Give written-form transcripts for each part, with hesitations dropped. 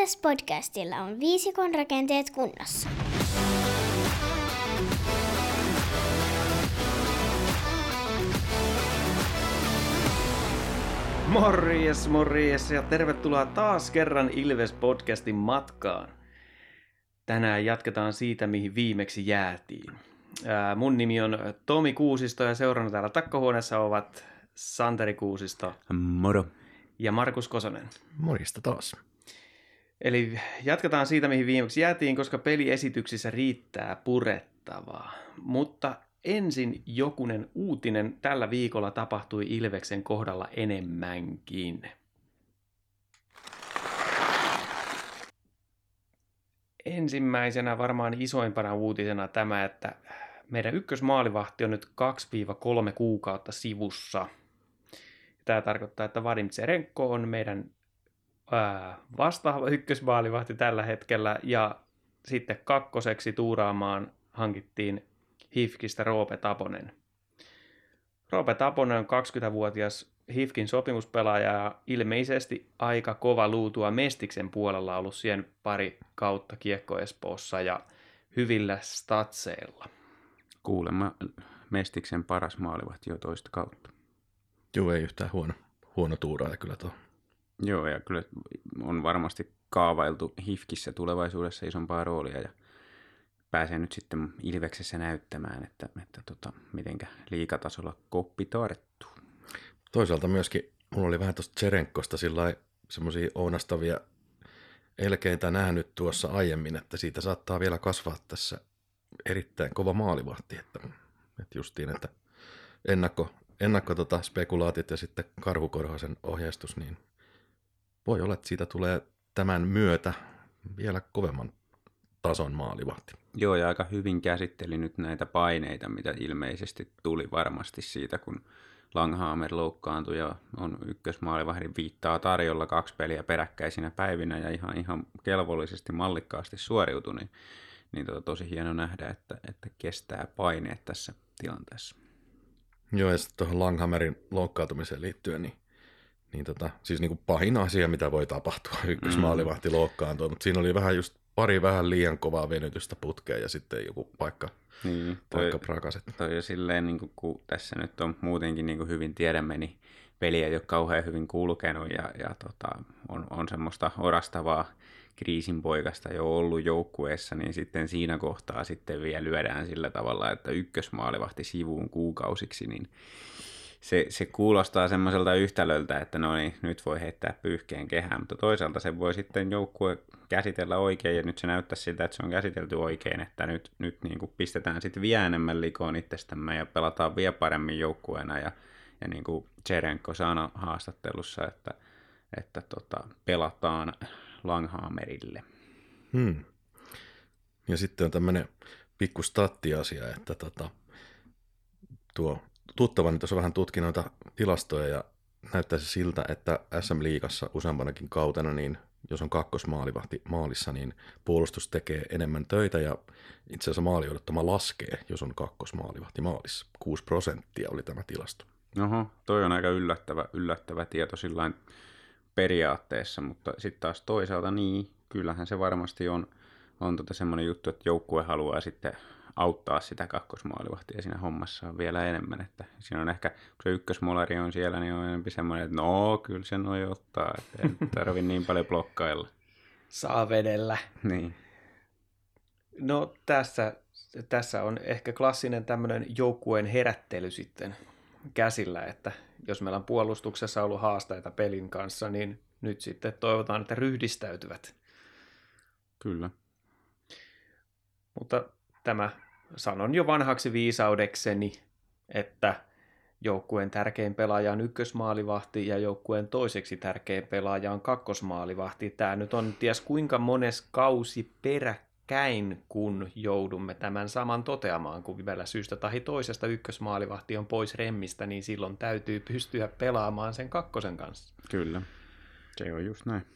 Ilves-podcastilla on viisikon rakenteet kunnossa. Morjes ja tervetuloa taas kerran Ilves-podcastin matkaan. Tänään jatketaan siitä, mihin viimeksi jäätiin. Mun nimi on Tomi Kuusisto ja seurana täällä takkahuoneessa ovat Santeri Kuusisto. Moro. Ja Markus Kosonen. Morjesta taas. Eli jatketaan siitä, mihin viimeksi jäätiin, koska peliesityksissä riittää purettavaa. Mutta ensin jokunen uutinen. Tällä viikolla tapahtui Ilveksen kohdalla enemmänkin. Ensimmäisenä varmaan isoimpana uutisena tämä, että meidän ykkösmaalivahti on nyt 2-3 kuukautta sivussa. Tämä tarkoittaa, että Vadim Tserenko on meidän vastaava ykkösmaalivahti tällä hetkellä, ja sitten kakkoseksi tuuraamaan hankittiin HIFKistä Roope Taponen. Roope Taponen on 20-vuotias HIFKin sopimuspelaaja ja ilmeisesti aika kova luutua Mestiksen puolella, ollut siihen pari kautta Kiekko Espoossa ja hyvillä statseilla. Kuulemma Mestiksen paras maalivahti jo toista kautta. Joo, ei yhtään huono tuuraaja kyllä tuo. Joo, ja kyllä on varmasti kaavailtu HIFKissä tulevaisuudessa isompaa roolia ja pääsee nyt sitten Ilveksessä näyttämään, että mitenkä liigatasolla koppi tarttuu. Toisaalta myöskin mulla oli vähän tuosta Tserenkosta semmoisia ounastavia elkeitä nähnyt tuossa aiemmin, että siitä saattaa vielä kasvaa tässä erittäin kova maalivahti, että justiin, että ennakko spekulaatit ja sitten Karhu Korhosen ohjeistus, niin voi olla, että siitä tulee tämän myötä vielä kovemman tason maalivahti. Joo, ja aika hyvin käsitteli nyt näitä paineita, mitä ilmeisesti tuli varmasti siitä, kun Langhammer loukkaantui ja on ykkösmaalivahdin viittaa tarjolla 2 peliä peräkkäisinä päivinä ja ihan kelvollisesti mallikkaasti suoriutui, niin tosi hieno nähdä, että kestää paineet tässä tilanteessa. Joo, ja sitten tuohon Langhammerin loukkaantumiseen liittyen, siis niin kuin pahin asia, mitä voi tapahtua, ykkösmaalivahti loukkaantua, mutta siinä oli pari vähän liian kovaa venytystä putkeen ja sitten joku paikka prakaset. Toi jo silleen, niin kun tässä nyt on muutenkin niin kuin hyvin tiedämme, niin peli ei ole kauhean hyvin kulkenut ja on semmoista orastavaa kriisinpoikasta jo ollut joukkueessa, niin sitten siinä kohtaa sitten vielä lyödään sillä tavalla, että ykkösmaalivahti sivuun kuukausiksi, niin se kuulostaa semmoiselta yhtälöltä, että no niin, nyt voi heittää pyyhkeen kehään, mutta toisaalta se voi sitten joukkue käsitellä oikein, ja nyt se näyttää siltä, että se on käsitelty oikein, että nyt niin kuin pistetään sitten vielä enemmän likoon itsestämme ja pelataan vielä paremmin joukkueena, ja niin kuin Tserenko sanoi haastattelussa, että pelataan Langhammerille. Ja sitten on tämmöinen pikku stattiasia, että tuo tuttavani tuossa vähän tutki noita tilastoja ja näyttäisi siltä, että SM-liigassa useampanakin kautena, niin jos on kakkosmaalivahti maalissa, niin puolustus tekee enemmän töitä ja itse asiassa maaliodottama laskee, jos on kakkosmaalivahti maalissa. 6% oli tämä tilasto. Oho, toi on aika yllättävä tieto sillain periaatteessa, mutta sitten taas toisaalta niin, kyllähän se varmasti on semmoinen juttu, että joukkue haluaa sitten auttaa sitä kakkosmaalivahtia siinä hommassa vielä enemmän, että siinä on ehkä, kun se ykkösmolari on siellä, niin on enemmän semmoinen, että no, kyllä se noi ottaa, että ei tarvitse niin paljon blokkailla. Saa vedellä. Niin. No tässä on ehkä klassinen tämmöinen joukkueen herättely sitten käsillä, että jos meillä on puolustuksessa ollut haasteita pelin kanssa, niin nyt sitten toivotaan, että ryhdistäytyvät. Kyllä. Mutta tämä sanon jo vanhaksi viisaudekseni, että joukkueen tärkein pelaaja on ykkösmaalivahti ja joukkueen toiseksi tärkein pelaaja on kakkosmaalivahti. Tämä nyt on ties kuinka mones kausi peräkkäin, kun joudumme tämän saman toteamaan, kun vielä syystä tai toisesta ykkösmaalivahti on pois remmistä, niin silloin täytyy pystyä pelaamaan sen kakkosen kanssa. Kyllä, se on just näin.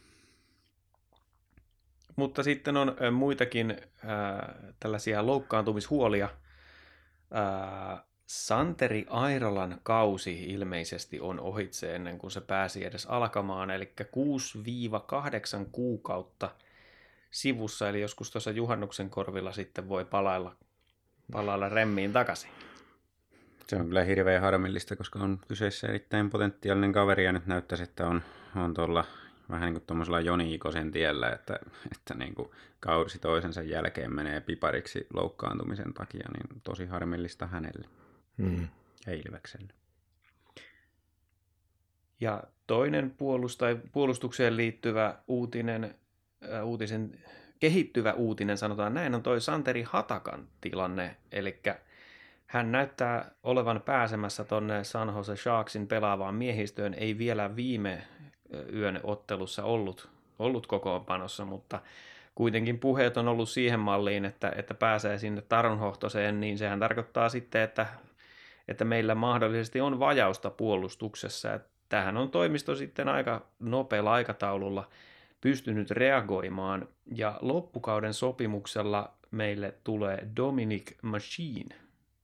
Mutta sitten on muitakin tällaisia loukkaantumishuolia. Santeri Airolan kausi ilmeisesti on ohitse ennen kuin se pääsi edes alkamaan, eli 6-8 kuukautta sivussa, eli joskus tuossa juhannuksen korvilla sitten voi palailla remmiin takaisin. Se on kyllä hirveän harmillista, koska on kyseessä erittäin potentiaalinen kaveri ja nyt näyttäisi, että on tuolla vähän niin kuin tuommoisella Joni Ikosen tiellä, että niin kuin kausi toisensa jälkeen menee pipariksi loukkaantumisen takia, niin tosi harmillista hänelle ja Ilvekselle. Ja toinen puolustukseen liittyvä kehittyvä uutinen, sanotaan näin, on toi Santeri Hatakan tilanne, eli hän näyttää olevan pääsemässä tonne San Jose Sharksin pelaavaan miehistöön, ei vielä viime yön ottelussa ollut kokoonpanossa, mutta kuitenkin puheet on ollut siihen malliin, että pääsee sinne Taronhohtoseen, niin sehän tarkoittaa sitten, että meillä mahdollisesti on vajausta puolustuksessa. Tähän on toimisto sitten aika nopealla aikataululla pystynyt reagoimaan, ja loppukauden sopimuksella meille tulee Dominic Machine,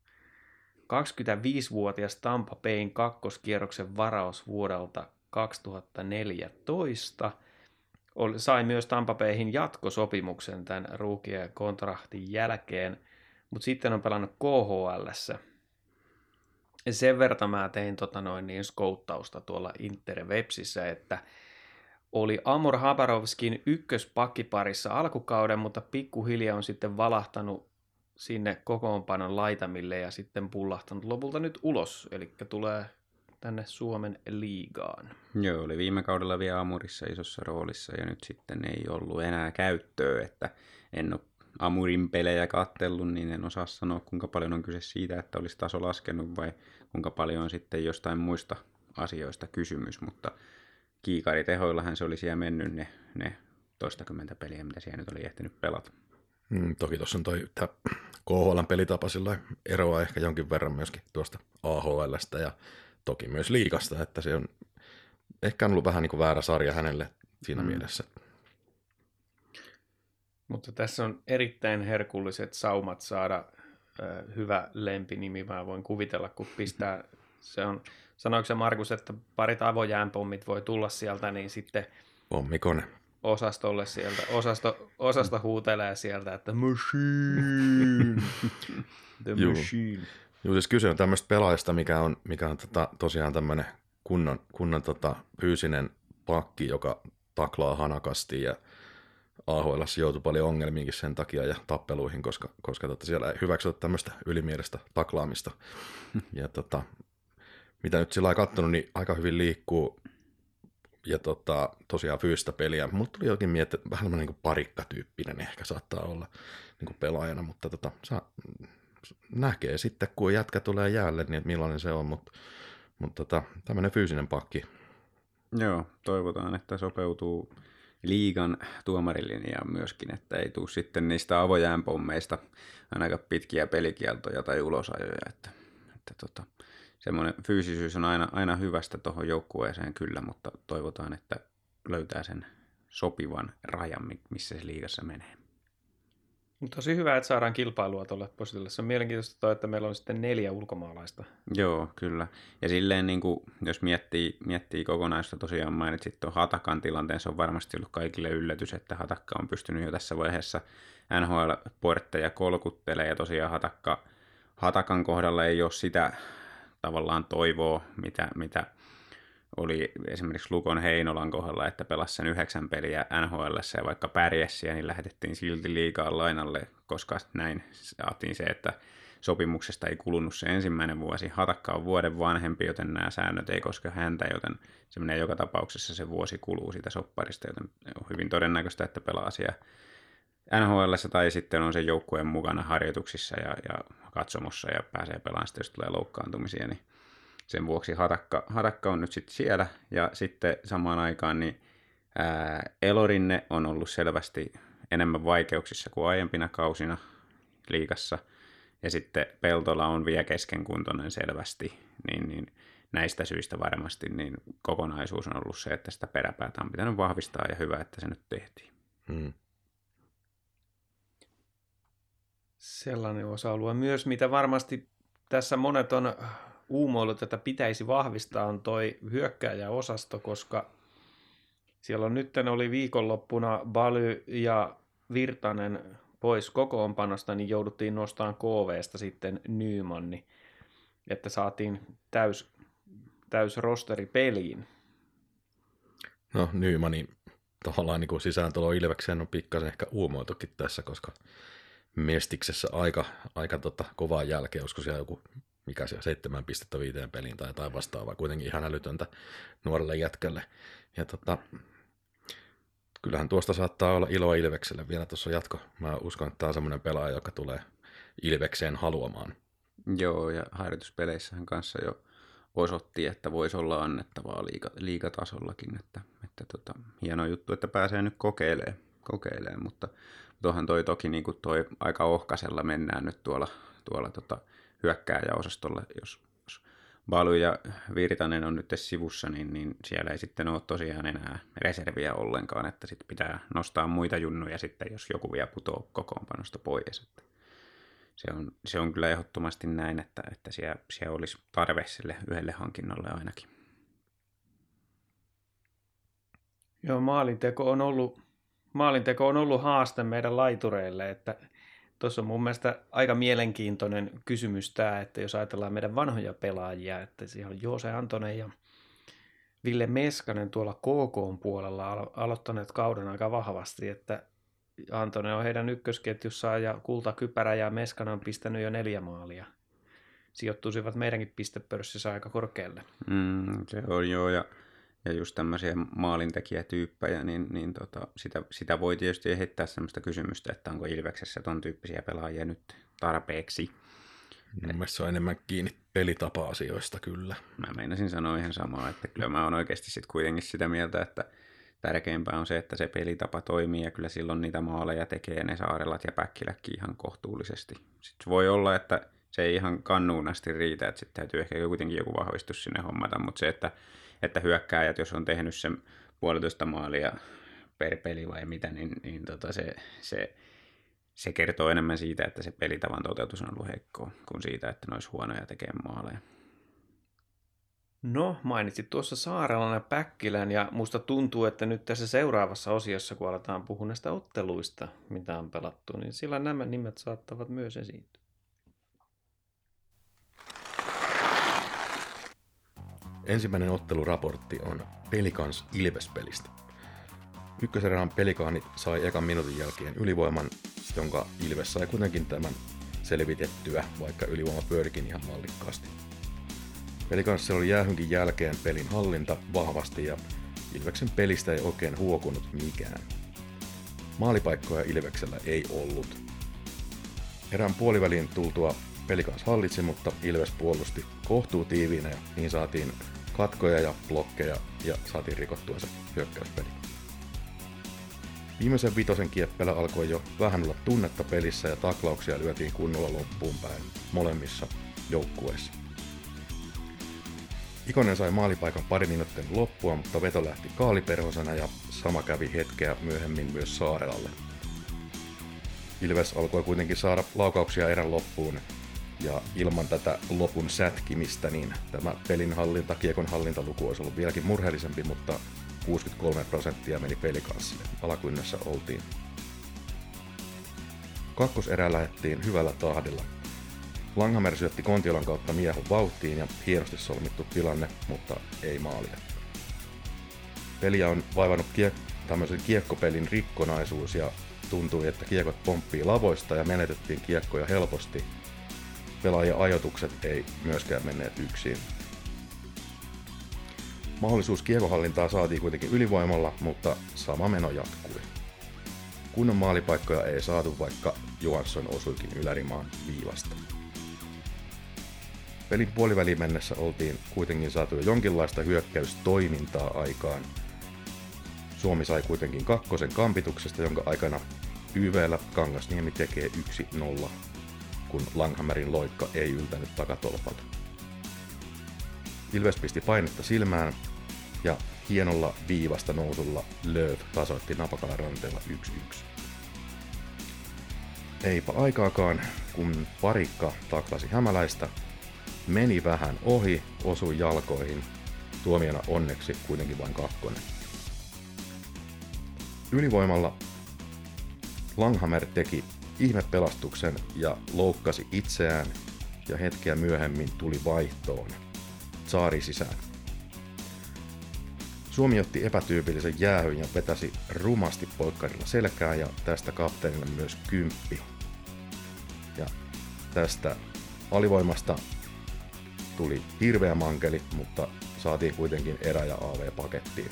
25-vuotias Tampa Bayn kakkoskierroksen varaus vuodelta 2014. Sai myös Tampa Bayhin jatkosopimuksen tämän ruukien kontraktin jälkeen, mutta sitten on pelannut KHL:ssä. Sen verran mä tein skouttausta tuolla Interwebsissä, että oli Amor Habarovskin ykköspakkiparissa alkukauden, mutta pikkuhiljaa on sitten valahtanut sinne kokoonpanon laitamille ja sitten pullahtanut lopulta nyt ulos, eli tulee tänne Suomen liigaan. Joo, oli viime kaudella vielä Amurissa isossa roolissa ja nyt sitten ei ollut enää käyttöä, että en ole Amurin pelejä kattellut, niin en osaa sanoa, kuinka paljon on kyse siitä, että olisi taso laskenut vai kuinka paljon on sitten jostain muista asioista kysymys, mutta kiikaritehoillahan se oli siellä mennyt ne toistakymmentä peliä, mitä siellä nyt oli ehtinyt pelata. Toki tuossa on KHL:n pelitapa sillä eroa ehkä jonkin verran myöskin tuosta AHL:stä ja toki myös liigasta, että se on ehkä ollut vähän niin kuin väärä sarja hänelle siinä mielessä. Mutta tässä on erittäin herkulliset saumat saada hyvä lempinimi, mä voin kuvitella, kun pistää, sanoiko se Markus, että parit avojäänpommit voi tulla sieltä, niin sitten pommikone osastolle sieltä, osasto huutelee sieltä, että machine, the machine. Joo, siis kyse on tämmöistä pelaajasta, mikä on tosiaan tämmöinen kunnon fyysinen pakki, joka taklaa hanakasti ja AHL:ssä joutui paljon ongelmiinkin sen takia ja tappeluihin, koska siellä ei hyväksytä tämmöistä ylimielistä taklaamista. Ja mitä nyt sillä lailla katsonut, niin aika hyvin liikkuu ja tosiaan fyysistä peliä. Mulla tuli jokin miettiä, että vähän niin kuin parikkatyyppinen ehkä saattaa olla niin kuin pelaajana, mutta näkee sitten, kun jätkä tulee jäälle, niin että millainen se on, mutta tämmöinen fyysinen pakki. Joo, toivotaan, että sopeutuu liigan tuomarilinjaan myöskin, että ei tule sitten niistä avojäänpommeista ainakaan pitkiä pelikieltoja tai ulosajoja, että semmoinen fyysisyys on aina hyvästä tuohon joukkueeseen kyllä, mutta toivotaan, että löytää sen sopivan rajan, missä se liigassa menee. Tosi hyvä, että saadaan kilpailua tuolle positille. Se on mielenkiintoista, että meillä on sitten 4 ulkomaalaista. Joo, kyllä. Ja silleen, niin kuin, jos miettii kokonaisuutta, tosiaan mainitsit tuon Hatakan tilanteen, se on varmasti ollut kaikille yllätys, että Hatakka on pystynyt jo tässä vaiheessa NHL-portteja kolkuttelemaan, ja tosiaan Hatakan kohdalla ei ole sitä tavallaan toivoa, mitä oli esimerkiksi Lukon Heinolan kohdalla, että pelasi sen 9 peliä NHL:ssä ja vaikka pärjäsi, niin lähetettiin silti liigaan lainalle, koska näin saatiin se, että sopimuksesta ei kulunut se ensimmäinen vuosi. Hatakka on vuoden vanhempi, joten nämä säännöt ei koske häntä, joten se menee joka tapauksessa se vuosi kuluu siitä sopparista, joten on hyvin todennäköistä, että pelaa siellä NHL:ssä tai sitten on sen joukkueen mukana harjoituksissa ja katsomossa ja pääsee pelaamaan sitten, jos tulee loukkaantumisia, niin sen vuoksi Hatakka on nyt sitten siellä, ja sitten samaan aikaan niin Elorinne on ollut selvästi enemmän vaikeuksissa kuin aiempina kausina liigassa, ja sitten Peltola on vielä keskenkuntoinen selvästi, niin näistä syistä varmasti niin kokonaisuus on ollut se, että sitä peräpäätä on pitänyt vahvistaa, ja hyvä, että se nyt tehtiin. Sellainen osa-alue myös, mitä varmasti tässä monet on uumoillut, että pitäisi vahvistaa on toi hyökkääjäosasto, koska siellä on oli viikonloppuna Baly ja Virtanen pois kokoonpanosta, niin jouduttiin nostamaan KV:stä sitten Nyman, että saatiin täys rosteri peliin. No Nymanin tavallaan niin sisääntulo Ilvekseen on pikkasen ehkä uumoitukin tässä, koska Mestiksessä aika kovaa jälkeen, olisiko siellä joku 7 pistettä 5 peliin tai jotain vastaavaa, kuitenkin ihan älytöntä nuorelle jätkälle. Ja kyllähän tuosta saattaa olla iloa Ilvekselle vielä tuossa jatko. Mä uskon, että tämä on semmoinen pelaaja, joka tulee Ilvekseen haluamaan. Joo, ja harjoituspeleissähän kanssa jo osoitti, että voisi olla annettavaa liigatasollakin, että hieno juttu, että pääsee nyt kokeilemaan, mutta tuohan toi toki niin kuin toi aika ohkaisella mennään nyt tuolla hyökkääjäosastolla, jos Baly ja Virtanen on nyt sivussa, niin siellä ei sitten ole tosiaan enää reserviä ollenkaan, että sitten pitää nostaa muita junnuja sitten, jos joku vielä putoaa kokoonpanosta pois. Että se on kyllä ehdottomasti näin, että siellä olisi tarve sille yhdelle hankinnalle ainakin. Joo, maalinteko on ollut haaste meidän laitureille, että tuossa on mun mielestä aika mielenkiintoinen kysymys tämä, että jos ajatellaan meidän vanhoja pelaajia, että siellä on Joose Antonen ja Ville Meskanen tuolla KK:n puolella aloittaneet kauden aika vahvasti, että Antonen on heidän ykkösketjussaan ja kultakypärä ja Meskanen on pistänyt jo 4 maalia. Sijoittuisivat meidänkin pistepörssissä aika korkealle. Se on joo, ja just tämmöisiä maalintekijätyyppejä, niin sitä voi tietysti heittää semmoista kysymystä, että onko Ilveksessä ton tyyppisiä pelaajia nyt tarpeeksi. Mun mielestä se on enemmän kiinni pelitapa-asioista kyllä. Mä meinasin sanoa ihan samaa, että kyllä mä oon oikeasti sitten kuitenkin sitä mieltä, että tärkeämpää on se, että se pelitapa toimii ja kyllä silloin niitä maaleja tekee ne Saarelat ja Päkkiläkin ihan kohtuullisesti. Sitten voi olla, että se ei ihan kannuun asti riitä, että sitten täytyy ehkä kuitenkin joku vahvistus sinne hommata, mutta se, että hyökkääjät, jos on tehnyt sen 1,5 maalia per peli vai mitä, niin se kertoo enemmän siitä, että se pelitavan toteutus on ollut heikkoa, kuin siitä, että ne olisi huonoja tekemään maaleja. No, mainitsit tuossa Saarelan ja Päkkilän, ja musta tuntuu, että nyt tässä seuraavassa osiossa, kun aletaan puhua näistä otteluista, mitä on pelattu, niin sillä nämä nimet saattavat myös esiintyä. Ensimmäinen otteluraportti on Pelikans Ilves-pelistä. Ykköserän Pelikaanit sai ekan minuutin jälkeen ylivoiman, jonka Ilves sai kuitenkin tämän selvitettyä, vaikka ylivoima pyörikin ihan mallikkaasti. Pelikanssilla oli jäähynkin jälkeen pelin hallinta vahvasti ja Ilveksen pelistä ei oikein huokunut mikään. Maalipaikkoja Ilveksellä ei ollut. Erän puoliväliin tultua Pelikans hallitsi, mutta Ilves puolusti kohtuu tiiviinä ja niin saatiin katkoja ja blokkeja ja saatiin rikottua se hyökkäyspeli. Viimeisen 5 kieppelä alkoi jo vähän olla tunnetta pelissä ja taklauksia lyötiin kunnolla loppuun päin molemmissa joukkueissa. Ikonen sai maalipaikan pari minuutin loppua, mutta veto lähti kaaliperhosena ja sama kävi hetkeä myöhemmin myös Saarelalle. Ilves alkoi kuitenkin saada laukauksia erän loppuun ja ilman tätä lopun sätkimistä niin tämä pelin hallinta, kiekon hallintaluku olisi ollut vieläkin murheellisempi, mutta 63% meni Pelikanssille. Alakynnässä oltiin. Kakkoserää lähdettiin hyvällä tahdilla. Langhammer syötti Kontiolan kautta miehon vauhtiin ja hienosti solmittu tilanne, mutta ei maalia. Peliä on vaivannut tämmöisen kiekkopelin rikkonaisuus ja tuntui, että kiekot pomppii lavoista ja menetettiin kiekkoja helposti. Pelaajien ajoitukset ei myöskään menneet yksin. Mahdollisuus kiekohallintaa saatiin kuitenkin ylivoimalla, mutta sama meno jatkui. Kunnon maalipaikkoja ei saatu, vaikka Johansson osuikin ylärimaan viivasta. Pelin puoliväliin mennessä oltiin kuitenkin saatu jo jonkinlaista hyökkäystoimintaa aikaan. Suomi sai kuitenkin 2 kampituksesta, jonka aikana YV:llä Kangasniemi tekee 1-0, kun Langhammerin loikka ei yltänyt takatolpalle. Ilves pisti painetta silmään ja hienolla viivasta nousulla Lööf tasoitti Napakalan ranteella 1-1. Eipä aikaakaan, kun Parikka taklasi Hämäläistä meni vähän ohi, osui jalkoihin, tuomiona onneksi kuitenkin vain 2. Ylivoimalla Langhammer teki ihmepelastuksen ja loukkasi itseään, ja hetkeä myöhemmin tuli vaihtoon Tsaari sisään. Suomi otti epätyypillisen jäähyn ja vetäsi rumasti poikkarilla selkään, ja tästä kapteenille myös 10. Ja tästä alivoimasta tuli hirveä mankeli, mutta saatiin kuitenkin erä ja AV pakettiin.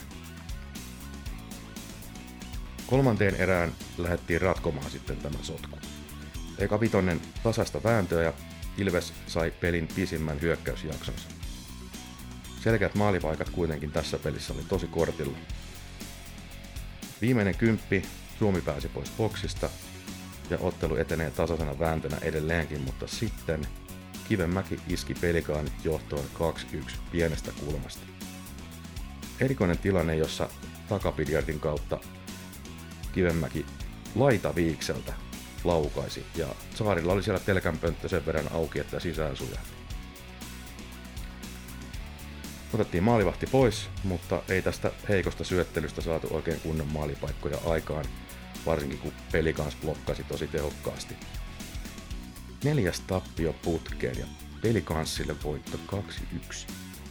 3. erään lähdettiin ratkomaan sitten tämä sotku. Eka 5 tasaista vääntöä ja Ilves sai pelin pisimmän hyökkäysjaksonsa. Selkeät maalipaikat kuitenkin tässä pelissä oli tosi kortilla. Viimeinen 10, Suomi pääsi pois boksista ja ottelu etenee tasaisena vääntönä edelleenkin, mutta sitten Kivenmäki iski Pelikaanit johtoon 2-1 pienestä kulmasta. Erikoinen tilanne, jossa takapiljardin kautta Kivenmäki laitaviikseltä laukaisi ja Tsaarilla oli siellä telkänpönttö sen verran auki, että sisään sujahti. Otettiin maalivahti pois, mutta ei tästä heikosta syöttelystä saatu oikein kunnon maalipaikkoja aikaan, varsinkin kun Pelikans blokkasi tosi tehokkaasti. 4. tappio putkeen ja Pelikanssille voitto 2-1.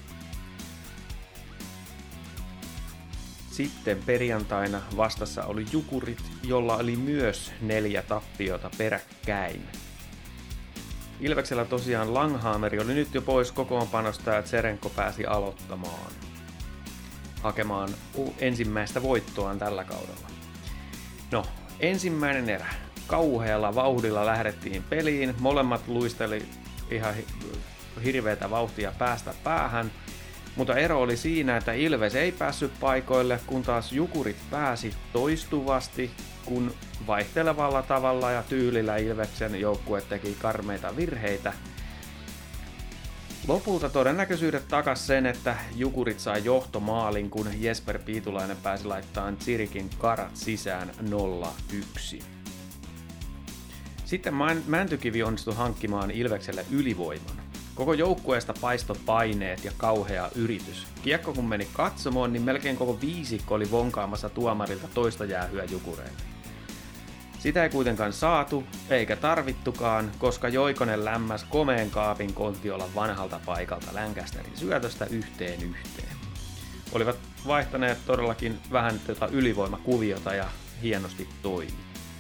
Sitten perjantaina vastassa oli Jukurit, jolla oli myös 4 tappiota peräkkäin. Ilveksellä tosiaan Langhammeri oli nyt jo pois kokoonpanosta ja Tserenko pääsi aloittamaan, hakemaan ensimmäistä voittoaan tällä kaudella. No, ensimmäinen erä. Kauhealla vauhdilla lähdettiin peliin, molemmat luisteli ihan hirveätä vauhtia päästä päähän, mutta ero oli siinä, että Ilves ei päässyt paikoille, kun taas Jukurit pääsi toistuvasti, kun vaihtelevalla tavalla ja tyylillä Ilveksen joukkue teki karmeita virheitä. Lopulta todennäköisyydet takas sen, että Jukurit sai johtomaalin, kun Jesper Piitulainen pääsi laittamaan Tsirikin karat sisään 0-1. Sitten Mäntykivi onnistui hankkimaan Ilvekselle ylivoiman. Koko joukkueesta paistoi paineet ja kauhea yritys. Kiekko kun meni katsomoon, niin melkein koko viisikko oli vonkaamassa tuomarilta toista jäähyä Jukureille. Sitä ei kuitenkaan saatu, eikä tarvittukaan, koska Joikonen lämmäs komeen kaapin Kontiolan vanhalta paikalta Lancasterin syötöstä 1-1. Olivat vaihtaneet todellakin vähän ylivoimakuviota ja hienosti toimi.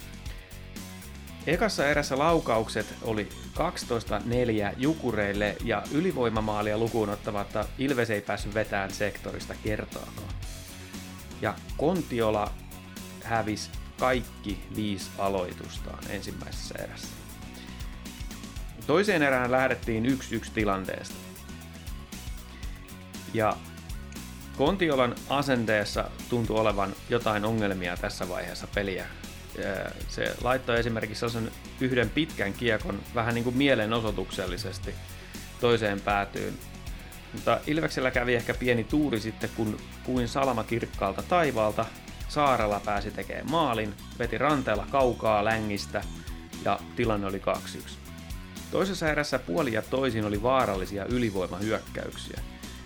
Ekassa erässä laukaukset oli 12-4 Jukureille ja ylivoimamaalia lukuun ottamatta Ilves ei päässyt vetään sektorista kertaakaan. Ja Kontiola hävisi kaikki 5 aloitustaan ensimmäisessä erässä. Toiseen erään lähdettiin 1-1 tilanteesta. Ja Kontiolan asenteessa tuntui olevan jotain ongelmia tässä vaiheessa peliä. Se laittoi esimerkiksi sen yhden pitkän kiekon vähän niin kuin mielenosoituksellisesti toiseen päätyyn. Mutta Ilveksellä kävi ehkä pieni tuuri sitten, kun kuin salama kirkkaalta taivaalta Saarela pääsi tekemään maalin, veti ranteella kaukaa längistä ja tilanne oli 2-1. Toisessa erässä puoli ja toisin oli vaarallisia ylivoimahyökkäyksiä.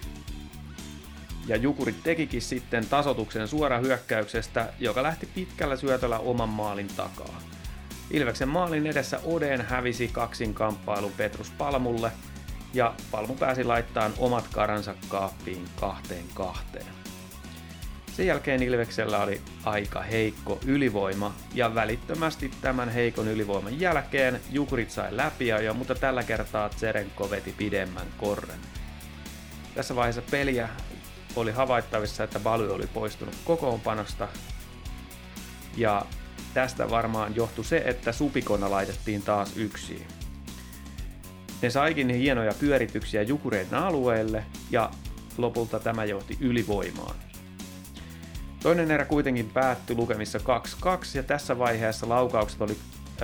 Ja Jukurit tekikin sitten tasoituksen suorahyökkäyksestä, joka lähti pitkällä syötöllä oman maalin takaa. Ilveksen maalin edessä Oden hävisi kaksinkamppailun Petrus Palmulle, ja Palmu pääsi laittamaan omat karansa kaappiin 2-2. Sen jälkeen Ilveksellä oli aika heikko ylivoima, ja välittömästi tämän heikon ylivoiman jälkeen Jukurit sai läpiajo, mutta tällä kertaa Tserenko veti pidemmän korren. Tässä vaiheessa peliä oli havaittavissa, että Baly oli poistunut kokoonpanosta, ja tästä varmaan johtui se, että supikonna laitettiin taas yksin. Ne saikin hienoja pyörityksiä Jukureiden alueelle, ja lopulta tämä johti ylivoimaan. Toinen erä kuitenkin päättyi lukemissa 2-2, ja tässä vaiheessa laukaukset oli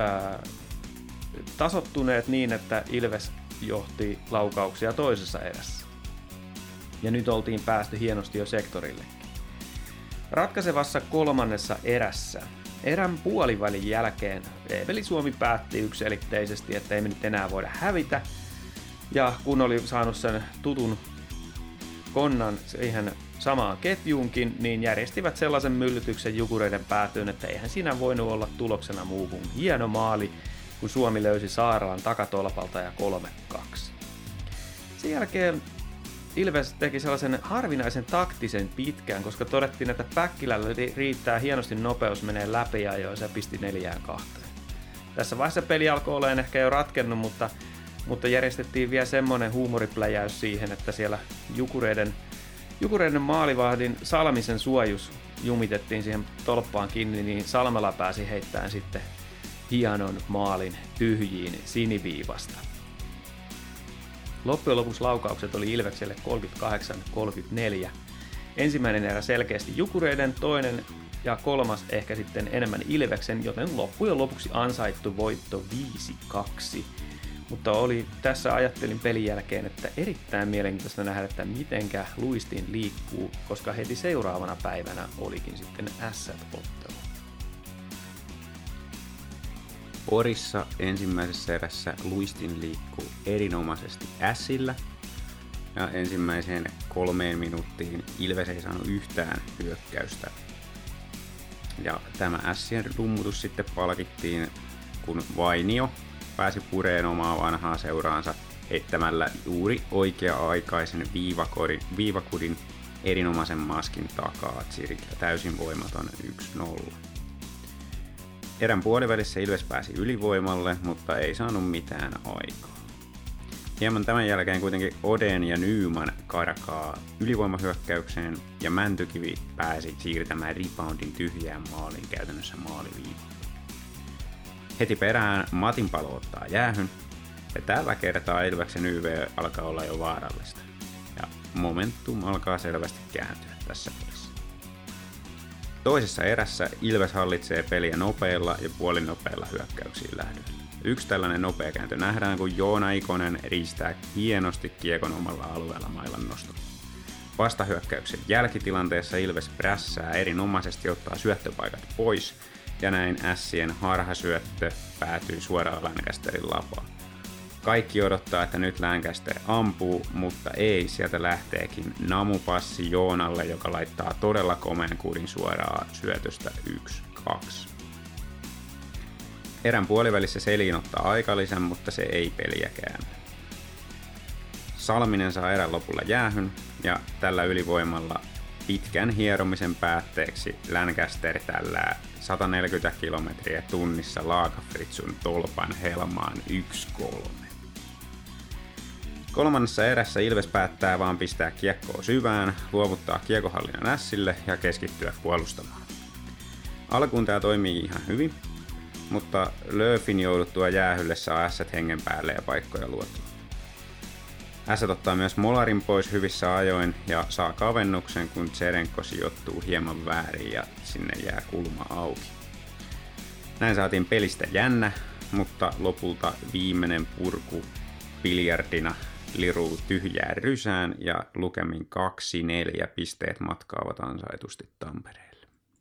tasottuneet niin, että Ilves johti laukauksia toisessa erässä. Ja nyt oltiin päästy hienosti jo sektorillekin. Ratkaisevassa kolmannessa erässä erän puolivälin jälkeen Eeveli Suomi päätti yksiselitteisesti, että ei me nyt enää voida hävitä. Ja kun oli saanut sen tutun konnan siihen samaan ketjuunkin, niin järjestivät sellaisen myllytyksen Jukureiden päätyyn, että eihän siinä voinut olla tuloksena muu kuin hieno maali, kun Suomi löysi Saaralan takatolpalta ja 3-2. Sen jälkeen Ilves teki sellaisen harvinaisen taktisen pitkään, koska todettiin, että Päkkilällä riittää hienosti nopeus menee läpi ja se pisti 4-2. Tässä vaiheessa peli alkoi olemaan ehkä jo ratkennut, mutta järjestettiin vielä semmoinen huumoripläjäys siihen, että siellä Jukureiden maalivahdin Salmisen suojus jumitettiin siihen tolppaan kiinni, niin Salmela pääsi heittämään sitten hienon maalin tyhjiin siniviivasta. Loppujen lopuksi laukaukset oli Ilvekselle 38-34. Ensimmäinen erä selkeästi Jukureiden, toinen ja kolmas ehkä sitten enemmän Ilveksen, joten loppujen lopuksi ansaittu voitto 5-2. Mutta ajattelin pelin jälkeen, että erittäin mielenkiintoista nähdä, että mitenkä luistin liikkuu, koska heti seuraavana päivänä olikin sitten S-ottelu. Porissa ensimmäisessä erässä luistin liikkuu erinomaisesti Sillä. Ja ensimmäiseen 3 minuuttiin Ilves ei saanut yhtään hyökkäystä. Ja tämä Sien rummutus sitten palkittiin, kun Vainio pääsi pureen omaa vanhaa seuraansa heittämällä juuri oikea-aikaisen viivakudin erinomaisen maskin takaa Tsirikillä täysin voimaton 1-0. Erän puolivälissä Ilves pääsi ylivoimalle, mutta ei saanut mitään aikaa. Hieman tämän jälkeen kuitenkin Oden ja Nyman karkaa ylivoimahyökkäykseen ja Mäntykivi pääsi siirtämään reboundin tyhjään maaliin käytännössä maaliviivalle. Heti perään Matin palo ottaa jäähyn ja tällä kertaa Ilveksen YV alkaa olla jo vaarallista. Ja momentum alkaa selvästi kääntyä tässä pelissä. Toisessa erässä Ilves hallitsee peliä nopeilla ja puolinopeilla hyökkäyksiin lähdöillä. Yksi tällainen nopea kääntö nähdään, kun Joona Ikonen riistää hienosti kiekon omalla alueella mailan nostolla. Vastahyökkäyksen jälkitilanteessa Ilves prässää erinomaisesti ottaa syöttöpaikat pois, ja näin Ässien harhasyöttö päätyy suoraan Lancasterin lapaan. Kaikki odottaa, että nyt Lancaster ampuu, mutta ei, sieltä lähteekin namupassi Joonalle, joka laittaa todella komeen kudin suoraan syötöstä 1-2. Erän puolivälissä Selin ottaa aikalisän, mutta se ei peliä käännä. Salminen saa erän lopulla jäähyn, ja tällä ylivoimalla pitkän hieromisen päätteeksi Lancaster tällää 140 kilometriä tunnissa Lagerfritsun tolpan helmaan 1-3. Kolmannessa erässä Ilves päättää vaan pistää kiekkoa syvään, luovuttaa kiekohallinnan Ässille ja keskittyä puolustamaan. Alkuun tää toimii ihan hyvin, mutta Löfin jouduttua jäähylle saa Ässät hengen päälle ja paikkoja luotua. Ässät ottaa myös Molarin pois hyvissä ajoin ja saa kavennuksen, kun Tserenko sijoittuu hieman väärin ja sinne jää kulma auki. Näin saatiin pelistä jännä, mutta lopulta viimeinen purku biljardina liruu tyhjään rysään ja lukemin 2-4 pisteet matkaavat ansaitusti Tampereelle.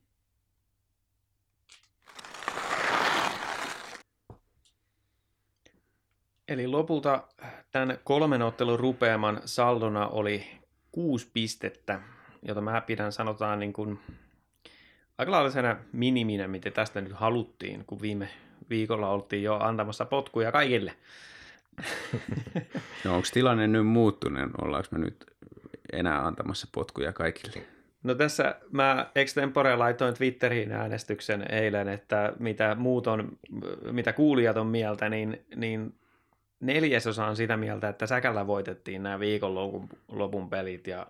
Eli lopulta tämän 3 ottelun rupeaman saldona oli 6 pistettä, jota mä pidän sanotaan niin kuin aika lailla miniminä, mitä tästä nyt haluttiin, kun viime viikolla oltiin jo antamassa potkuja kaikille. No onko tilanne nyt muuttunut? Ollaanko me nyt enää antamassa potkuja kaikille? No tässä mä extempore laitoin Twitteriin äänestyksen eilen, että mitä kuulijat on mieltä, niin 4/4 on sitä mieltä, että Säkällä voitettiin nämä viikonlopun pelit ja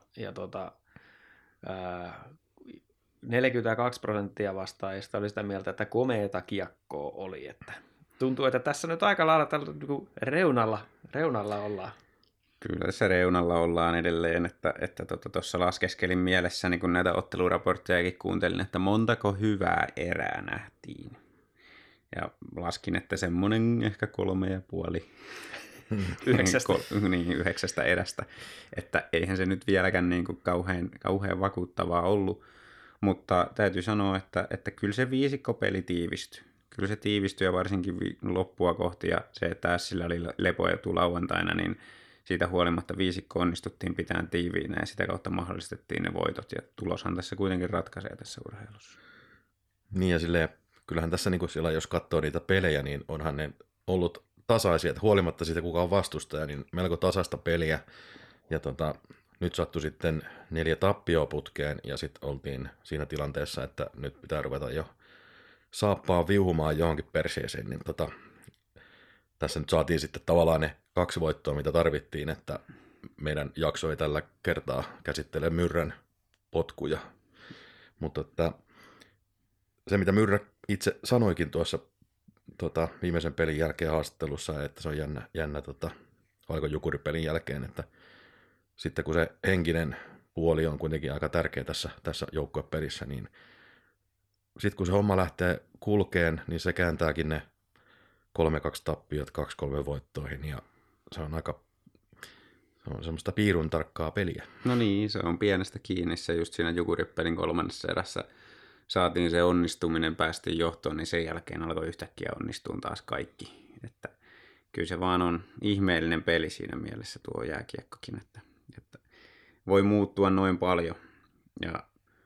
42% vastaajista oli sitä mieltä, että komeeta kiekkoa oli. Että tuntuu, että tässä nyt aika lailla reunalla ollaan. Kyllä tässä reunalla ollaan edelleen, että tuossa laskeskelin mielessäni, kun näitä otteluraporttejakin kuuntelin, että montako hyvää erää nähtiin. Ja laskin, että semmoinen ehkä 3,5 9 erästä, että eihän se nyt vieläkään niin kuin kauhean vakuuttavaa ollut, mutta täytyy sanoa, että kyllä se viisikkopeli tiivistyi. Kyllä se tiivistyi ja varsinkin loppua kohti ja se, että Ässillä oli lepoetu lauantaina, niin siitä huolimatta viisikko onnistuttiin pitämään tiiviinä ja sitä kautta mahdollistettiin ne voitot. Ja tuloshan tässä kuitenkin ratkaisee tässä urheilussa. Niin ja silleen, kyllähän tässä niin siellä, jos katsoo niitä pelejä, niin onhan ne ollut tasaisia, että huolimatta siitä kuka on vastustaja, niin melko tasaista peliä. Ja nyt sattui sitten 4 tappioa putkeen ja sitten oltiin siinä tilanteessa, että nyt pitää ruveta jo saappaa viuhumaan johonkin perseeseen, niin tässä nyt saatiin sitten tavallaan ne 2 voittoa, mitä tarvittiin, että meidän jakso ei tällä kertaa käsittele Myrrän potkuja. Mutta että se, mitä Myrrä itse sanoikin tuossa viimeisen pelin jälkeen haastattelussa, että se on jännä Valkon Jukuri-pelin jälkeen, että sitten kun se henkinen puoli on kuitenkin aika tärkeä tässä joukkuepelissä, niin sitten kun se homma lähtee kulkeen, niin se kääntääkin ne 3-2 tappiot 2-3 voittoihin, ja se on semmoista piirun tarkkaa peliä. No niin, se on pienestä kiinni. Se just siinä Jukuri-pelin 3. erässä saatiin se onnistuminen, päästiin johtoon, niin sen jälkeen alkoi yhtäkkiä onnistua taas kaikki. Että kyllä se vaan on ihmeellinen peli siinä mielessä tuo jääkiekkokin, että voi muuttua noin paljon. Ja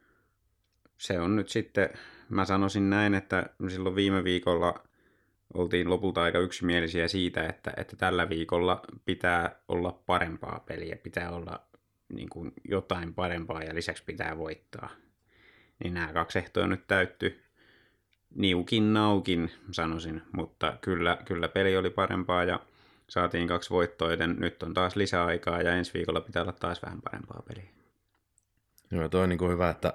se on nyt sitten, mä sanoisin näin, että silloin viime viikolla oltiin lopulta aika yksimielisiä siitä, että tällä viikolla pitää olla parempaa peliä, pitää olla niin kuin jotain parempaa ja lisäksi pitää voittaa. Niin nämä 2 ehtoa nyt täytty niukin naukin, sanoisin, mutta kyllä peli oli parempaa ja saatiin 2 voittoa, joten nyt on taas lisäaikaa ja ensi viikolla pitää olla taas vähän parempaa peliä. Joo, toi on niin kuin hyvä, että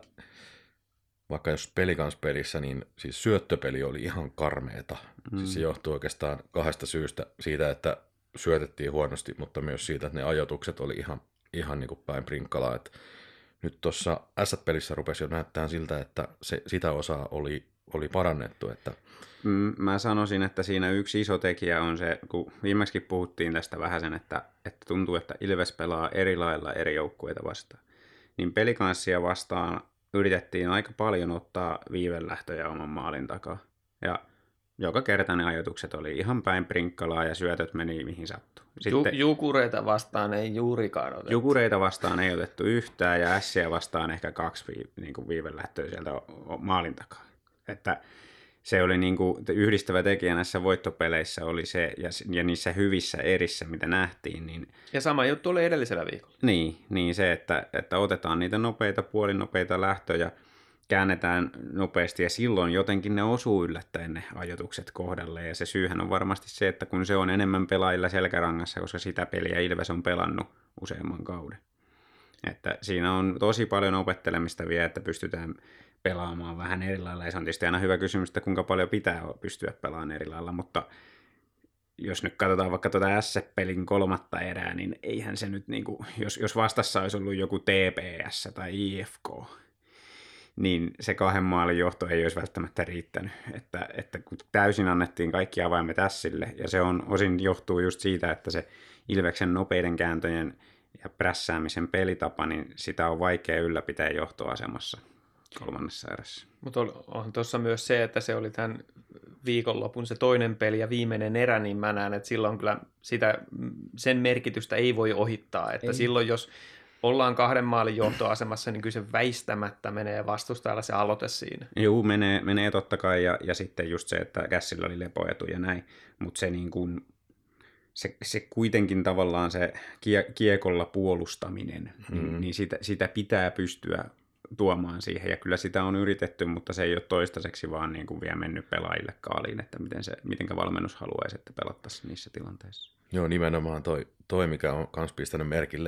vaikka jos pelissä, niin siis syöttöpeli oli ihan karmeeta. Siis se johtuu oikeastaan 2 syystä. Siitä, että syötettiin huonosti, mutta myös siitä, että ne ajoitukset oli ihan niin kuin päin prinkkalaa. Että nyt tuossa S-pelissä rupesi jo näyttämään siltä, että sitä osaa oli parannettu. Että Mä sanoisin, että siinä yksi iso tekijä on se, kun viimeksi puhuttiin tästä vähäsen, että tuntuu, että Ilves pelaa eri lailla eri joukkueita vastaan. Niin pelikanssia vastaan yritettiin aika paljon ottaa viivelähtöjä oman maalin takaa. Ja joka kerta ne ajatukset oli ihan päin prinkkalaa ja syötöt meni mihin sattuu. Jukureita vastaan ei juurikaan otettu. Jukureita vastaan ei otettu yhtään ja Ässiä vastaan ehkä 2 viivelähtöä sieltä maalin takaa. Että se oli niin kuin yhdistävä tekijä näissä voittopeleissä oli se, ja niissä hyvissä erissä, mitä nähtiin. Niin, ja sama juttu oli edellisellä viikolla. Niin se, että otetaan niitä puolinopeita lähtöjä, käännetään nopeasti, ja silloin jotenkin ne osuu yllättäen ne ajoitukset kohdalle. Ja se syyhän on varmasti se, että kun se on enemmän pelaajilla selkärangassa, koska sitä peliä Ilves on pelannut useamman kauden. Että siinä on tosi paljon opettelemista vielä, että pystytään pelaamaan vähän eri lailla. Ja se on tietysti aina hyvä kysymys, että kuinka paljon pitää pystyä pelaamaan eri lailla, mutta jos nyt katsotaan vaikka tuota S-pelin 3. erää, niin eihän se nyt, niin kuin, jos vastassa olisi ollut joku TPS tai IFK, niin se 2 maalin johto ei olisi välttämättä riittänyt. Että kun täysin annettiin kaikki avaimet Ässille, ja se on osin johtuu just siitä, että se Ilveksen nopeiden kääntöjen ja prässäämisen pelitapa, niin sitä on vaikea ylläpitää johtoasemassa 3. erässä. Mutta on tuossa myös se, että se oli tämän viikonlopun se toinen peli ja viimeinen erä, niin mä näen, että silloin kyllä sen merkitystä ei voi ohittaa. Että silloin, jos ollaan 2 maalin johtoasemassa, niin kyllä se väistämättä menee vastustajalla se aloite siinä. Joo, menee totta kai, ja sitten just se, että Kässillä oli lepoetu ja näin, mutta se niin kuin se kuitenkin tavallaan se kiekolla puolustaminen, niin sitä pitää pystyä tuomaan siihen, ja kyllä sitä on yritetty, mutta se ei ole toistaiseksi vaan niin kuin vielä mennyt pelaajille kaaliin, että miten valmennus haluaisi, että pelattaisiin niissä tilanteissa. Joo, nimenomaan toi mikä on myös pistänyt merkille,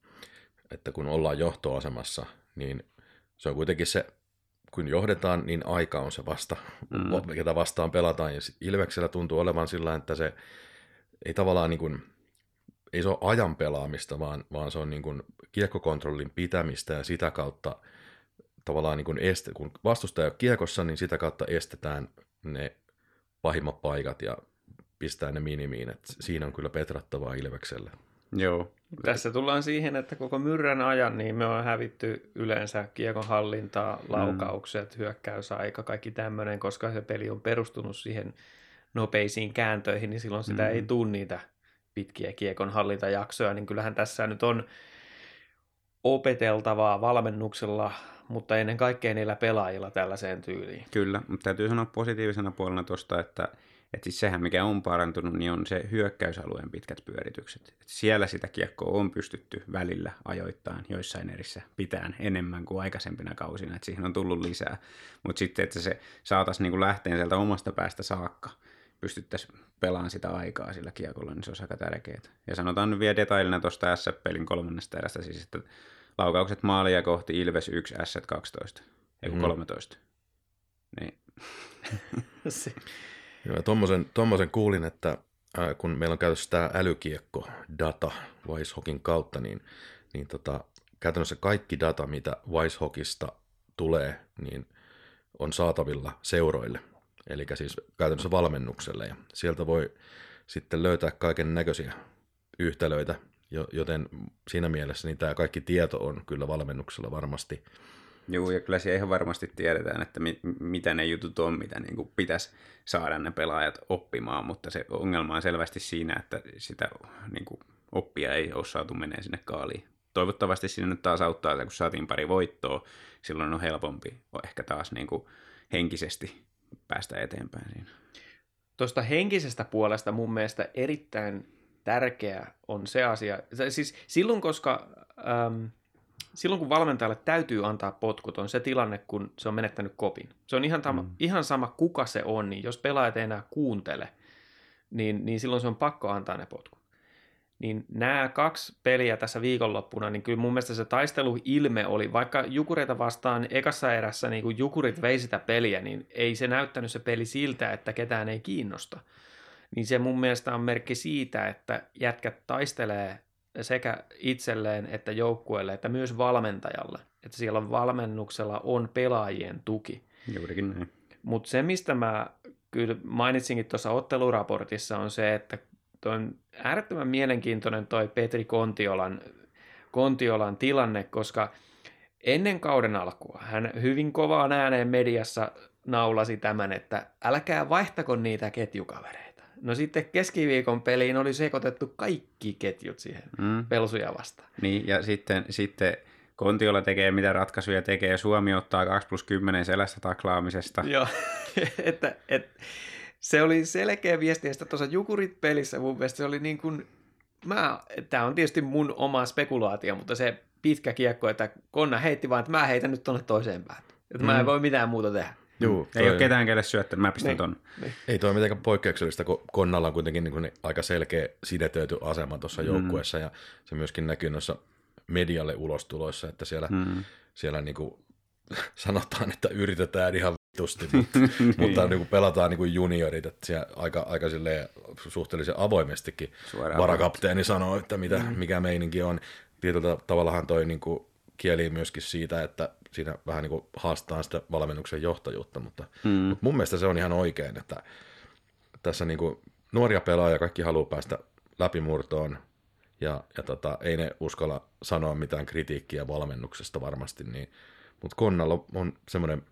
että kun ollaan johtoasemassa, niin se on kuitenkin se, kun johdetaan, niin aika on se ketä vastaan pelataan, ja Ilveksellä tuntuu olevan sillä, että se ei tavallaan niin kuin, ei se ole ajan pelaamista, vaan se on niin kuin kiekkokontrollin pitämistä, ja sitä kautta tavallaan niin kuin kun vastustaja on kiekossa, niin sitä kautta estetään ne pahimmat paikat ja pistää ne minimiin. Et siinä on kyllä petrattavaa Ilvekselle. Joo. Tässä tullaan siihen, että koko Myrrän ajan niin me on hävitty yleensä kiekon hallintaa, laukaukset, hyökkäysaika, kaikki tämmöinen, koska se peli on perustunut siihen nopeisiin kääntöihin, niin silloin sitä ei tule niitä pitkiä kiekon hallintajaksoja, niin kyllähän tässä nyt on opeteltavaa valmennuksella, mutta ennen kaikkea niillä pelaajilla tällaiseen tyyliin. Kyllä, mutta täytyy sanoa positiivisena puolena tuosta, että siis sehän mikä on parantunut, niin on se hyökkäysalueen pitkät pyöritykset. Et siellä sitä kiekkoa on pystytty välillä ajoittain joissain erissä pitään enemmän kuin aikaisempina kausina, että siihen on tullut lisää. Mutta sitten, että se saataisiin niinku lähteen sieltä omasta päästä saakka, pystyttäisiin pelaamaan sitä aikaa sillä kiekolla, niin se olisi aika tärkeää. Ja sanotaan nyt vielä detailina tuosta SF-pelin 3. erästä, siis että laukaukset maalia kohti Ilves 1, Ässät 12, ei 13. Niin. Joo, tommosen kuulin, että kun meillä on käytössä tämä älykiekko-data Wisehockeyn kautta, niin käytännössä kaikki data, mitä Wisehockeista tulee, niin on saatavilla seuroille, eli siis käytännössä valmennukselle, ja sieltä voi sitten löytää kaiken näköisiä yhtälöitä, joten siinä mielessä niin tämä kaikki tieto on kyllä valmennuksella varmasti. Joo, ja kyllä siellä ihan varmasti tiedetään, että mitä ne jutut on, mitä niin kuin pitäisi saada ne pelaajat oppimaan, mutta se ongelma on selvästi siinä, että sitä niin kuin oppia ei ole saatu menee sinne kaaliin. Toivottavasti siinä nyt taas auttaa, että kun saatiin pari voittoa, silloin on helpompi ehkä taas niin kuin henkisesti päästä eteenpäin siinä. Tuosta henkisestä puolesta mun mielestä erittäin tärkeä on se asia, siis silloin kun valmentajalle täytyy antaa potkut, on se tilanne, kun se on menettänyt kopin. Se on ihan sama kuka se on, niin jos pelaajat ei enää kuuntele, niin silloin se on pakko antaa ne potkut. Niin nämä 2 peliä tässä viikonloppuna, niin kyllä mun mielestä se taisteluilme oli, vaikka Jukureita vastaan ekassa erässä, niin kun Jukurit vei sitä peliä, niin ei se näyttänyt se peli siltä, että ketään ei kiinnosta. Niin se mun mielestä on merkki siitä, että jätkät taistelee sekä itselleen että joukkueelle, että myös valmentajalle. Että siellä on valmennuksella on pelaajien tuki. Juurikin näin. Mutta se, mistä mä kyllä mainitsinkin tuossa otteluraportissa, on se, että toi on äärettömän mielenkiintoinen toi Petri Kontiolan tilanne, koska ennen kauden alkua hän hyvin kovaan ääneen mediassa naulasi tämän, että älkää vaihtako niitä ketjukavereita. No sitten keskiviikon peliin oli sekoitettu kaikki ketjut siihen Pelsuja vastaan. Niin, ja sitten Kontiola tekee mitä ratkaisuja tekee, Suomi ottaa 2+10 selästä taklaamisesta. Joo, että se oli selkeä viesti, ja tuossa Jukurit-pelissä mun mielestä se oli niin kuin, tämä on tietysti mun oma spekulaatio, mutta se pitkä kiekko, että Konna heitti vaan, että mä heitän nyt tuonne toiseen päähän, että mä en voi mitään muuta tehdä. Juu, ei ole ketään kelle syöttänyt, mä pistän ton. Ei toi mitenkään poikkeuksellista, kun Konnalla on kuitenkin niin aika selkeä sidetöity asema tuossa joukkueessa, ja se myöskin näkyy noissa medialle ulostuloissa, että siellä niin kuin sanotaan, että yritetään ihan vitusti, mutta niin kuin pelataan niin kuin juniorit, että siellä aika silleen suhteellisen avoimestikin varakapteeni sanoo, että mikä meininki on. Tietyllä tavallahan toi niin kuin kieli myöskin siitä, että siinä vähän niin kuin haastaa sitä valmennuksen johtajuutta, mutta mun mielestä se on ihan oikein, että tässä niin kuin nuoria pelaajia kaikki haluaa päästä läpimurtoon, ja ei ne uskalla sanoa mitään kritiikkiä valmennuksesta varmasti, mutta Konnalla on semmoinen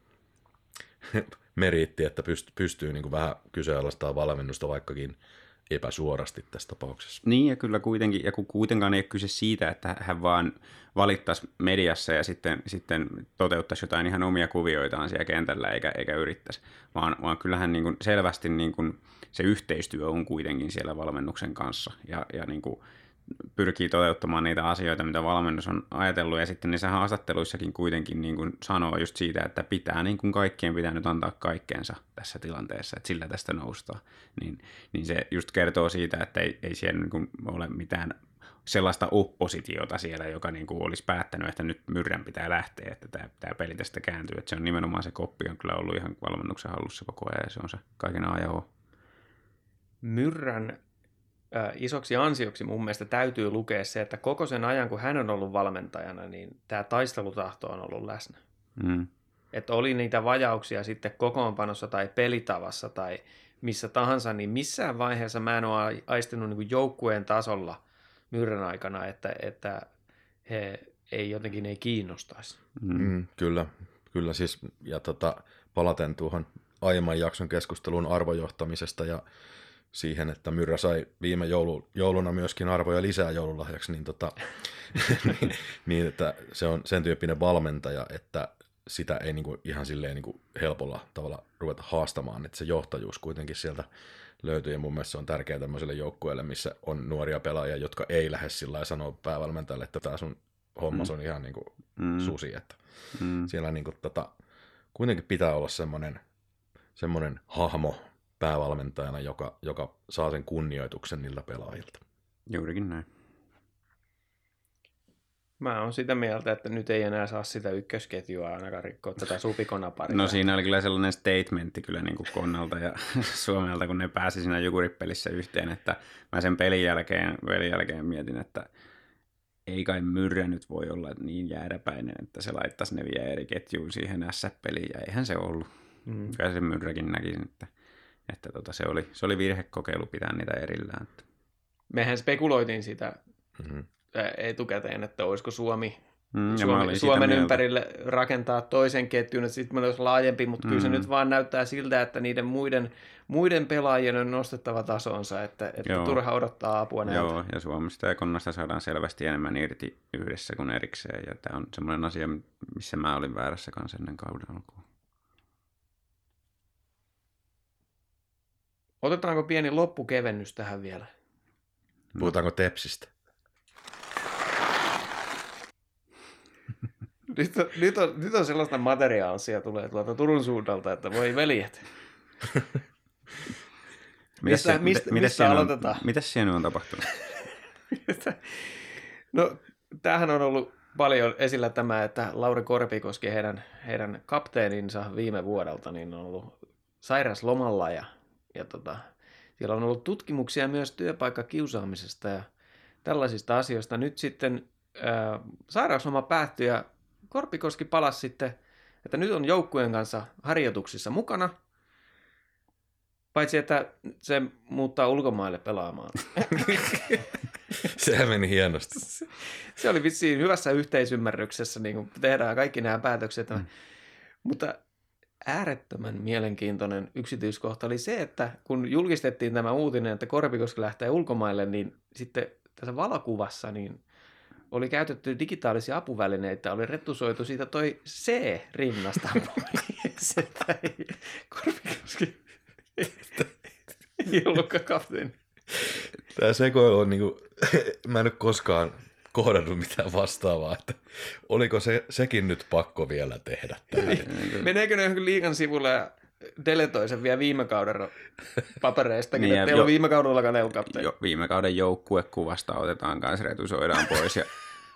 meriitti, että pystyy niin kuin vähän kyseenalaistamaan valmennusta vaikkakin epäsuorasti tässä tapauksessa. Niin, ja kyllä kuitenkin, ja kun kuitenkaan ei ole kyse siitä, että hän vaan valittaisi mediassa ja sitten toteuttaisi jotain ihan omia kuvioitaan siellä kentällä eikä yrittäisi, vaan kyllähän niin kuin selvästi niin kuin se yhteistyö on kuitenkin siellä valmennuksen kanssa, ja niin kuin pyrkii toteuttamaan niitä asioita, mitä valmennus on ajatellut, ja sitten niissä haastatteluissakin kuitenkin niin kuin sanoo just siitä, että kaikkien pitää nyt antaa kaikkeensa tässä tilanteessa, että sillä tästä noustaan. Niin se just kertoo siitä, että ei siellä niin kuin ole mitään sellaista oppositiota siellä, joka niin kuin olisi päättänyt, että nyt Myrrän pitää lähteä, että tämä peli tästä kääntyy. Että se on nimenomaan se koppi on kyllä ollut ihan valmennuksen hallussa koko ajan, ja se on se kaiken A ja O. Myrrän isoksi ansioksi mun mielestä täytyy lukea se, että koko sen ajan, kun hän on ollut valmentajana, niin tämä taistelutahto on ollut läsnä. Että oli niitä vajauksia sitten kokoonpanossa tai pelitavassa tai missä tahansa, niin missään vaiheessa mä en ole aistinut niin kuin joukkueen tasolla Myrrän aikana, että he jotenkin ei kiinnostaisi. Kyllä siis, ja palaten tuohon aiemman jakson keskusteluun arvojohtamisesta ja siihen, että Myrrä sai viime jouluna myöskin arvoja lisää joululahjaksi, niin, niin että se on sen tyyppinen valmentaja, että sitä ei niin kuin ihan silleen niin kuin helpolla tavalla ruveta haastamaan, että se johtajuus kuitenkin sieltä löytyy, ja mun mielestä se on tärkeää tämmöiselle joukkueelle, missä on nuoria pelaajia, jotka ei lähde sillä lailla sanoa päävalmentajalle, että tämä sun hommas on ihan niin kuin susi, että siellä niin kuin, kuitenkin pitää olla semmoinen hahmo päävalmentajana, joka saa sen kunnioituksen niiltä pelaajilta. Juurikin näin. Mä oon sitä mieltä, että nyt ei enää saa sitä ykkösketjua ainakaan rikkoa tätä supikonaparia. No siinä oli kyllä sellainen statementti kyllä niin kuin Konnalta ja Suomelta, kun ne pääsi siinä Jukuripelissä yhteen, että mä sen pelin jälkeen mietin, että ei kai Myrrä nyt voi olla niin jääräpäinen, että se laittaisi ne vielä eri ketjuun siihen SF-peliin, ja eihän se ollut. Kyllä se Myrräkin näkisin, että se oli virhekokeilu pitää niitä erillään. Mehän spekuloitiin sitä etukäteen, että olisiko Suomen ympärille rakentaa toisen ketjun, että sitten meillä olisi laajempi, mutta kyllä se nyt vaan näyttää siltä, että niiden muiden pelaajien on nostettava tasonsa, että turha odottaa apua näiltä. Joo, ja Suomesta ja Konnasta saadaan selvästi enemmän irti yhdessä kuin erikseen, ja tämä on semmoinen asia, missä mä olin väärässä kanssa ennen kauden alkuun. Otetaanko pieni loppukevennys tähän vielä? Puhutaanko Tepsistä? Nyt on sellaista materiaalia tulee tuolta Turun suunnalta, että voi veljet. Mistä aloitetaan? Mitäs siellä on tapahtunut? No, tämähän on ollut paljon esillä tämä, että Lauri Korpikoski, heidän kapteeninsa viime vuodelta, niin on ollut sairaslomalla ja siellä on ollut tutkimuksia myös työpaikkakiusaamisesta ja tällaisista asioista. Nyt sitten sairausloma päättyi ja Korpikoski palasi sitten, että nyt on joukkueen kanssa harjoituksissa mukana, paitsi että se muuttaa ulkomaille pelaamaan. Sehän meni hienosti. Se oli vissiin hyvässä yhteisymmärryksessä, niin kuin tehdään kaikki nämä päätökset. Mutta äärettömän mielenkiintoinen yksityiskohta oli se, että kun julkistettiin tämä uutinen, että Korpikoski lähtee ulkomaille, niin sitten tässä valokuvassa niin oli käytetty digitaalisia apuvälineitä, oli retusoitu siitä toi C-rinnasta pois, että Korpikoski ei ollutkaan kapteeni. Tämä sekoilu on niinku, mä en ole koskaan kohdannut mitään vastaavaa, että oliko sekin nyt pakko vielä tehdä tähän. Meneekö ne johonkin liigan sivulle ja deletoi sen vielä viime kauden papereistakin, niin, että ei ole viime kaudellakaan elkapteeni. Viime kauden joukkuekuvasta otetaan kanssa, retusoidaan pois ja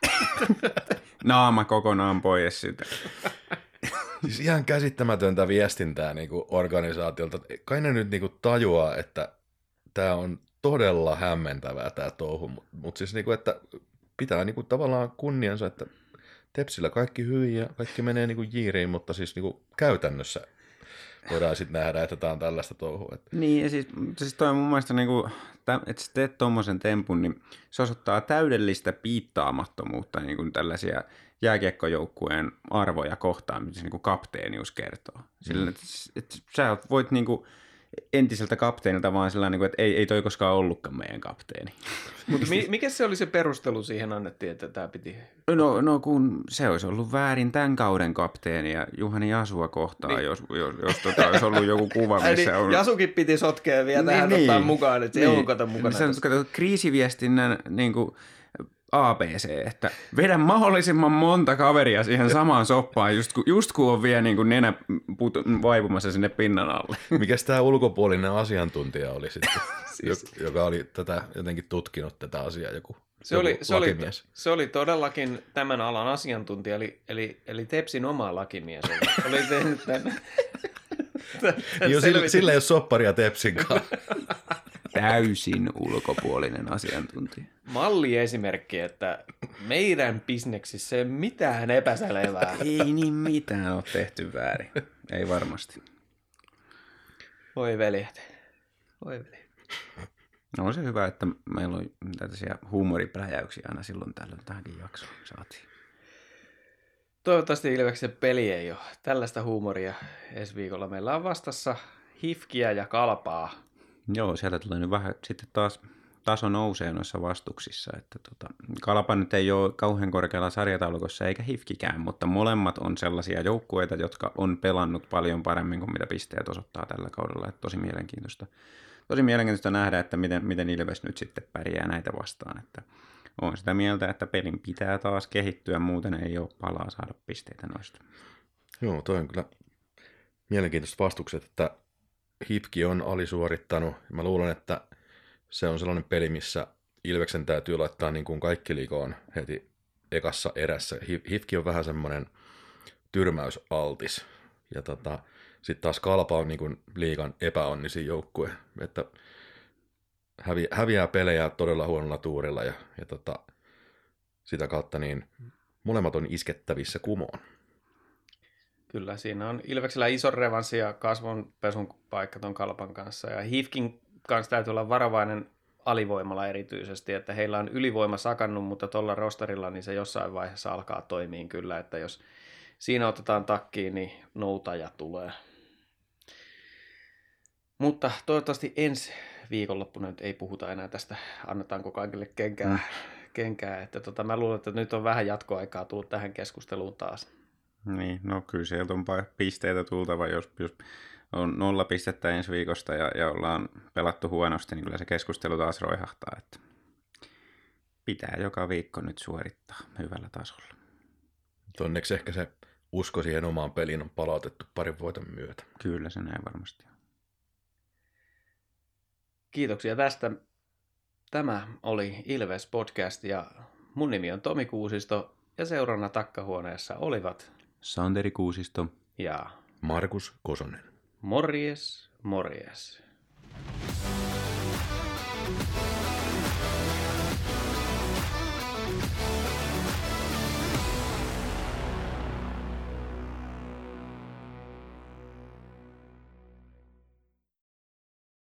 naama kokonaan pois sitä. Siis ihan käsittämätöntä viestintää niinku organisaatiolta. Kai ne nyt niinku tajuaa, että tämä on todella hämmentävää tämä touhu, mutta siis niinku, että pitää niinku tavallaan kunniansa, että Tepsillä kaikki hyvin ja kaikki menee niinku jiiriin, mutta siis niinku käytännössä voidaan sitten nähdä, että tämä on tällaista touhua. Niin, ja siis toi on mun mielestä, niinku, että sä teet tommosen tempun, niin se osoittaa täydellistä piittaamattomuutta niinku tällaisia jääkiekkojoukkueen arvoja kohtaan, mitä se niinku kapteenius kertoo. Sillä, että sä voit niinku entiseltä kapteenilta vaan sillä tavalla, että ei toi koskaan ollutkaan meidän kapteeni. Mutta mikä se oli se perustelu siihen annettiin, että tämä piti? No kun se olisi ollut väärin tämän kauden kapteeni ja Juhani Jasua kohtaan, niin. jos olisi ollut joku kuva, missä on... Jasukin piti sotkea vielä tähän ottaa mukaan, että se ei ollut mukana. Se on kriisiviestinnän niin kuin ABC, että vedä mahdollisimman monta kaveria siihen samaan soppaan, just kun on vielä niin kuin nenä vaipumassa sinne pinnan alle. Mikäs tämä ulkopuolinen asiantuntija oli sitten, joka oli tätä jotenkin tutkinut tätä asiaa, joku lakimies? Se oli todellakin tämän alan asiantuntija, eli Tepsin oma lakimies oli tehnyt tämän. Sillä ei ole sopparia Tepsin kanssa. Täysin ulkopuolinen asiantuntija. Malliesimerkki, että meidän bisneksissä ei ole mitään epäselvää. Ei niin mitään ole tehty väärin. Ei varmasti. Voi veljet. No on se hyvä, että meillä on tällaisia huumoripläjäyksiä aina silloin tällöin tähänkin jaksoon saatiin. Toivottavasti Ilveksen peli ei ole tällaista huumoria ensi viikolla. Meillä on vastassa Hifkiä ja Kalpaa. Joo, sieltä tulee nyt vähän sitten taas taso nousee noissa vastuksissa. Että Kalpa nyt ei ole kauhean korkealla sarjataulukossa eikä HIFKikään, mutta molemmat on sellaisia joukkueita, jotka on pelannut paljon paremmin kuin mitä pisteet osoittaa tällä kaudella. Että tosi mielenkiintoista nähdä, että miten Ilves nyt sitten pärjää näitä vastaan. Että olen sitä mieltä, että pelin pitää taas kehittyä, muuten ei ole palaa saada pisteitä noista. Joo, toi on kyllä mielenkiintoiset vastukset, että HIFK on alisuorittanut. Mä luulen, että se on sellainen peli, missä Ilveksen täytyy laittaa niin kuin kaikki likoon heti ekassa erässä. HIFK on vähän semmoinen tyrmäysaltis. Ja sitten taas Kalpa on niin kuin liigan epäonnisin joukkue, että häviää pelejä todella huonolla tuurilla ja sitä kautta niin molemmat on iskettävissä kumoon. Kyllä, siinä on Ilveksellä iso revanssi ja kasvonpesun paikka ton Kalpan kanssa. Ja HIFKin kanssa täytyy olla varovainen alivoimalla erityisesti, että heillä on ylivoima sakannut, mutta tuolla rosterilla niin se jossain vaiheessa alkaa toimia kyllä, että jos siinä otetaan takkiin, niin noutaja tulee. Mutta toivottavasti ensi viikonloppuna nyt ei puhuta enää tästä, annetaanko kaikille kenkää. Että mä luulen, että nyt on vähän jatkoaikaa tullut tähän keskusteluun taas. Niin, no kyllä sieltä on pisteitä tultava, jos on 0 pistettä ensi viikosta ja ollaan pelattu huonosti, niin kyllä se keskustelu taas roihahtaa, että pitää joka viikko nyt suorittaa hyvällä tasolla. Onneksi ehkä se usko siihen omaan peliin on palautettu parin voiton myötä. Kyllä se näin varmasti on. Kiitoksia tästä. Tämä oli Ilves Podcast ja mun nimi on Tomi Kuusisto ja seurana takkahuoneessa olivat Santeri Kuusisto ja Markus Kosonen. Morjes.